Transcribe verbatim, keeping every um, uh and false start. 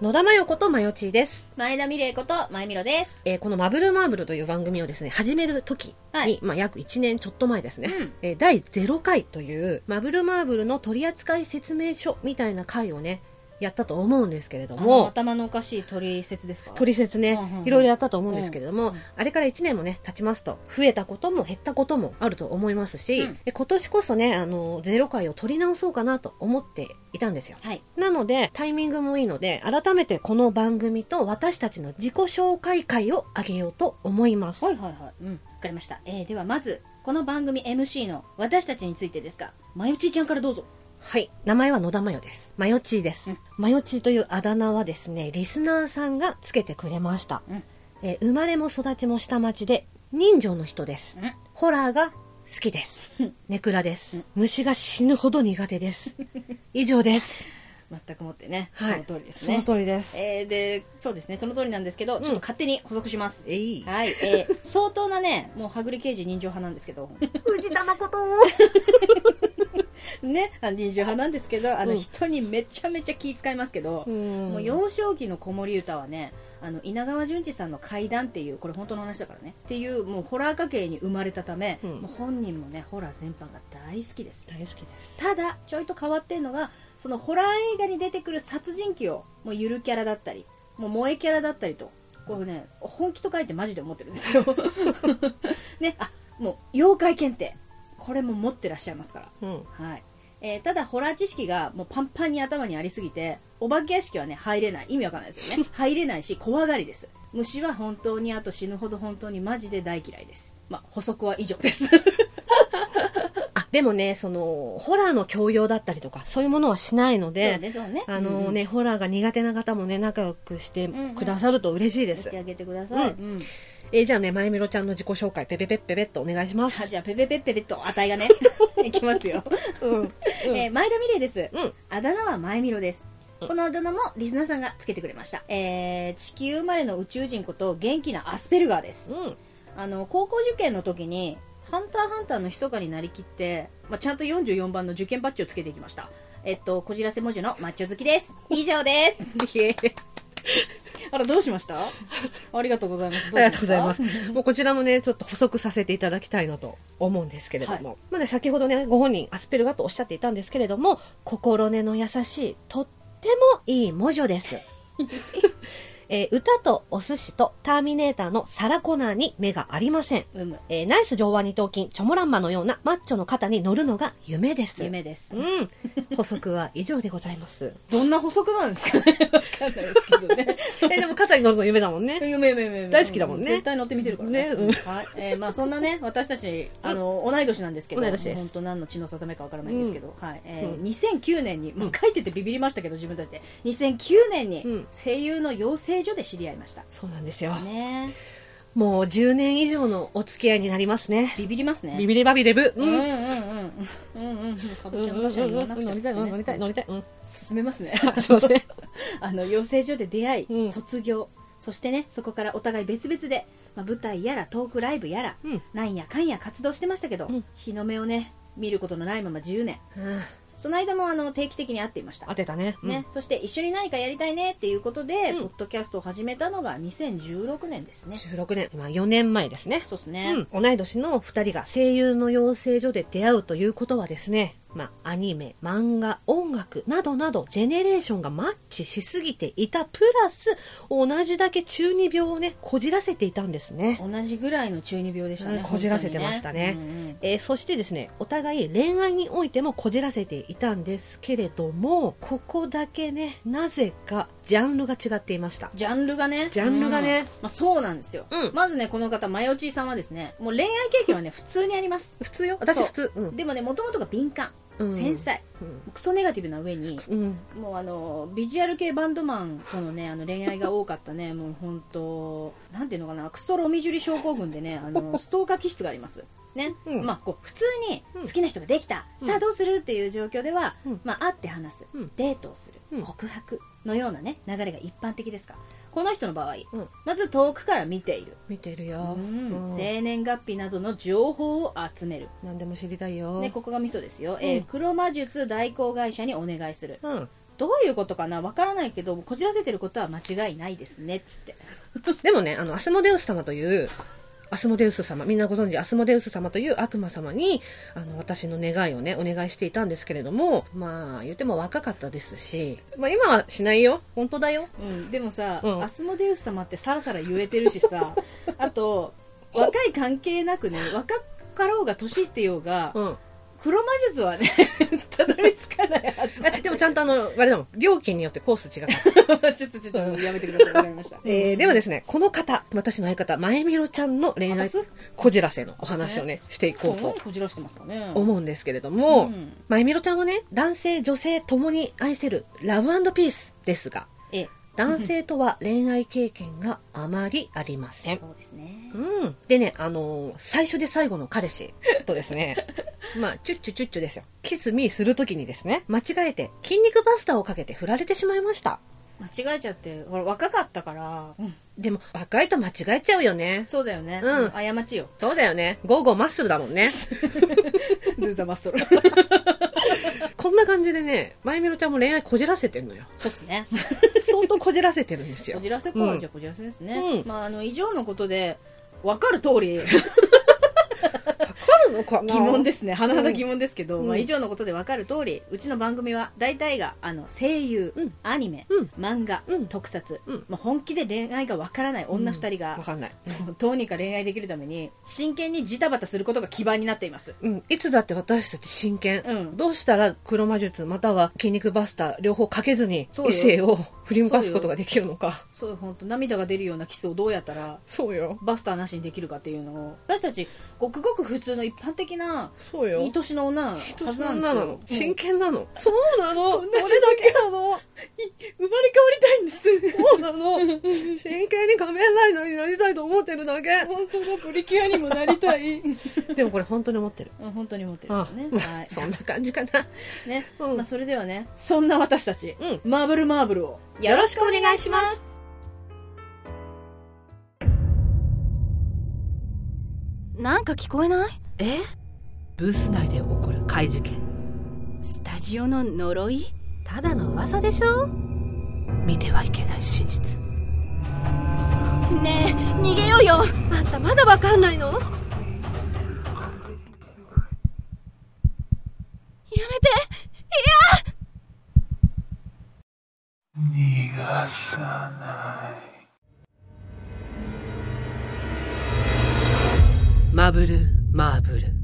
野田真代子とまよちーです。 前田美玲子と前みろです。 えー、このマブルマーブルという番組をですね、始める時に、はい、まあ、約いちねんちょっと前ですね、うん、えー、だいゼロかいというマブルマーブルの取扱説明書みたいな回をね、やったと思うんですけれども、 頭のおかしい取説ですか？ 取説ね、うんうんうん、いろいろやったと思うんですけれども、うんうん、あれからいちねんもね経ちますと、増えたことも減ったこともあると思いますし、うん、今年こそね、あのゼロかいを取り直そうかなと思っていたんですよ、はい、なのでタイミングもいいので、改めてこの番組と私たちの自己紹介会をあげようと思います。 はいはいはい、うん、わかりました。えー、ではまずこの番組 エムシー の私たちについてですが、まよちーちゃんからどうぞ。 はい、名前は野田真代です。まよちーです、うん、まよちーというあだ名はですね、リスナーさんがつけてくれました、うん、えー、生まれも育ちも下町で人情の人です、うん、ホラーが好きです、ネクラです、うん、虫が死ぬほど苦手です以上です。 全くもってね、 はい、 その通りですね。 その通りです。 えー、で、そうですね、その通りなんですけど、うん、ちょっと勝手に補足します。 えい、 はい、えー、相当なね、もうはぐり刑事人情派なんですけど、 藤田誠ね、人情派なんですけど、あの、うん、人にめちゃめちゃ気遣いますけど、うん、もう幼少期の子守歌はね、あの稲川淳二さんの怪談っていう、これ本当の話だからねっていう、もうホラー家系に生まれたため、うん、もう本人もねホラー全般が大好きです。 大好きです。 ただちょいと変わってるのが、そのホラー映画に出てくる殺人鬼をもうゆるキャラだったり、もう萌えキャラだったりと、こうね、本気と書いてマジで思ってるんですよね、あ、もう妖怪検定これも持ってらっしゃいますから、うん、はい。えー、ただホラー知識がもうパンパンに頭にありすぎて、お化け屋敷はね入れない、意味わかんないですよね入れないし怖がりです。虫は本当にあと死ぬほど本当にマジで大嫌いです。まあ補足は以上ですあ、でもね、そのホラーの教養だったりとかそういうものはしないので、 そうですよね、 あのね、うん、ホラーが苦手な方もね仲良くしてくださると嬉しいです。 うんうん、やってあげてください、うんうん。 えー、じゃあね、まゆみろちゃんの自己紹介ペペペッペペッとお願いします。 じゃあペペペッペペッと値がねいきますよ、うんうん、えー、前田美玲です、うん、あだ名はまゆみろです。このあだ名もリスナーさんがつけてくれました。えー、地球生まれの宇宙人こと元気なアスペルガーです、うん、あの高校受験の時にハンターハンターの密かになりきって、まあ、ちゃんとよんじゅうよんばんの受験バッジをつけていきました。えっとこじらせ文字のマッチョ好きです。以上ですあら、どうしました？ありがとうございます。どうしました？ありがとうございますもうこちらもねちょっと補足させていただきたいなと思うんですけれども、はい、まあね、先ほどねご本人アスペルガとおっしゃっていたんですけれども、心根の優しいとってもいい魔女ですえー、歌とお寿司とターミネーターのサラコナーに目がありません、うん、えー、ナイス上腕二頭筋チョモランマのようなマッチョの肩に乗るのが夢です。 夢です、 うん、補足は以上でございますどんな補足なんですかねわかんないですけどねえでも肩に乗るの夢だもんね。 夢夢夢大好きだもんね。 絶対乗ってみせるからね、 ね、うん、 はい。えー、まあそんなね私たちあの同い年なんですけど、 同い年です。 本当何の血の定めかわからないんですけど、うん、はい。えーうん、にせんきゅうねんに、もう書いててビビりましたけど自分たちでにせんきゅうねんに声優の養成所で知り合いました。 そうなんですよ、 ね、 もうじゅうねん以上のお付き合いになりますね。 ビビりますね。 ビビリバビレブ、 うんうんうんうんうんうん、かぼちゃの話は言わなくちゃ、 乗りたい乗りたい乗りたい、うん、 進めますねすいませんあの養成所で出会い、うん、卒業、そしてねそこからお互い別々で、まあ、舞台やらトークライブやら、うん、なんやかんや活動してましたけど、うん、日の目をね見ることのないままじゅうねん、うん、その間もあの定期的に会っていました。 会ってたね、うん、 ね、そして一緒に何かやりたいねっていうことで、うん、ポッドキャストを始めたのがにせんじゅうろくねんですね。 じゅうろくねん、今よねんまえですね。 そうですね、 うん、同い年のふたりが声優の養成所で出会うということはですね、まあ、アニメ、漫画、音楽などなどジェネレーションがマッチしすぎていたプラス同じだけ中二病をねこじらせていたんですね。 同じぐらいの中二病でしたね、 うん、こじらせてましたね、うんうん、えー、そしてですねお互い恋愛においてもこじらせていたんですけれども、ここだけねなぜかジャンルが違っていました。 ジャンルがねジャンルがね、うん、 まあ、そうなんですよ、うん、まずねこの方まよちーさんはですねもう恋愛経験はね普通にあります。 普通よ、私普通、うん、 でもねもともとが敏感、うん、繊細、うん、クソネガティブな上に、うん、もうあのビジュアル系バンドマンとのねあの恋愛が多かったねもう本当なんていうのかな、クソロミジュリ症候群でねあのストーカー気質がありますね、うん、まあこう普通に好きな人ができた、うん、さあどうするっていう状況では、うん、まあ会って話す、うん、デートをする、うん、告白のようなね流れが一般的ですから、この人の場合、うん、まず遠くから見ている見てるよ、 うんうん、生年月日などの情報を集める、 何でも知りたいよ、 ね、ここがミソですよ、うん、えー、黒魔術代行会社にお願いする、うん、 どういうことかなわからないけど、こじらせてることは間違いないですねっつってでもね、あのアスモデウス様というアスモデウス様、みんなご存知アスモデウス様という悪魔様にあの私の願いをねお願いしていたんですけれども、まあ言っても若かったですし、まあ今はしないよ、本当だよ、 うん、でもさ、うん、アスモデウス様ってさらさら言えてるしさあと若い関係なくね、若かろうが年ってようが、うん、黒魔術はねたどり着かないはず。 でもちゃんとあのあれだもん、料金によってコース違かったちょっとちょっとやめてください。わかりました。 えー、ではですね、この方、私の相方前みろちゃんの恋愛こじらせのお話をねしていこうとこじらしてますかね思うんですけれども、うん、前みろちゃんはね、男性女性ともに愛せるラブ&ピースですが、ええ、男性とは恋愛経験があまりありません。 そうですね。 うん。でね、あのー、最初で最後の彼氏とですね、まあ、チュッチュチュッチュですよ。キスミーするときにですね、間違えて筋肉バスターをかけて振られてしまいました。 間違えちゃって、ほら若かったから。うん、 でも若いと間違えちゃうよね。 そうだよね。 うん。 過ちよ。 そうだよね。ゴーゴーマッスルだもんね。 ドゥザマッスル。 こんな感じでね、まゆみろちゃんも恋愛こじらせてんのよ。 そうっすね。 相当こじらせてるんですよ。 こじらせか、うん、じゃあこじらせですね。うん、まああの以上のことで分かる通り。 のかな、 疑問ですね、甚だ疑問ですけど、うん、まあ、以上のことで分かる通り、うちの番組は大体があの声優、うん、アニメ、うん、漫画、うん、特撮、うん、まあ、本気で恋愛が分からない女ふたりが、 うん、分かんないどうにか恋愛できるために真剣にジタバタすることが基盤になっています、 うん、いつだって私たち真剣、うん、どうしたら黒魔術または筋肉バスター両方かけずに異性を振り向かすことができるのか。 そうよ、本当涙が出るようなキスをどうやったらそうよバスターなしにできるかっていうのを、私たちごくごく普通の一般的ないい年の女なのはずなんですよ。 真剣なの。そうなの。 これだけなの。生まれ変わりたいんです。 そうなの。真剣に仮面ライダーになりたいと思ってるだけ。 本当だ、プリキュアにもなりたい。 でもこれ本当に思ってる。 うん、本当に思ってる、ね。 ああ、はい、そんな感じかな。 ね、うん、まあそれではね、そんな私たち、うん、マーブルマーブルをよろしくお願いします。なんか聞こえない？ え？ブース内で起こる怪事件。 スタジオの呪い？ ただの噂でしょ？見てはいけない真実。 ねえ、逃げようよ。 あんたまだわかんないの？やめて。いや！ 逃がさない。 マブルマーブル。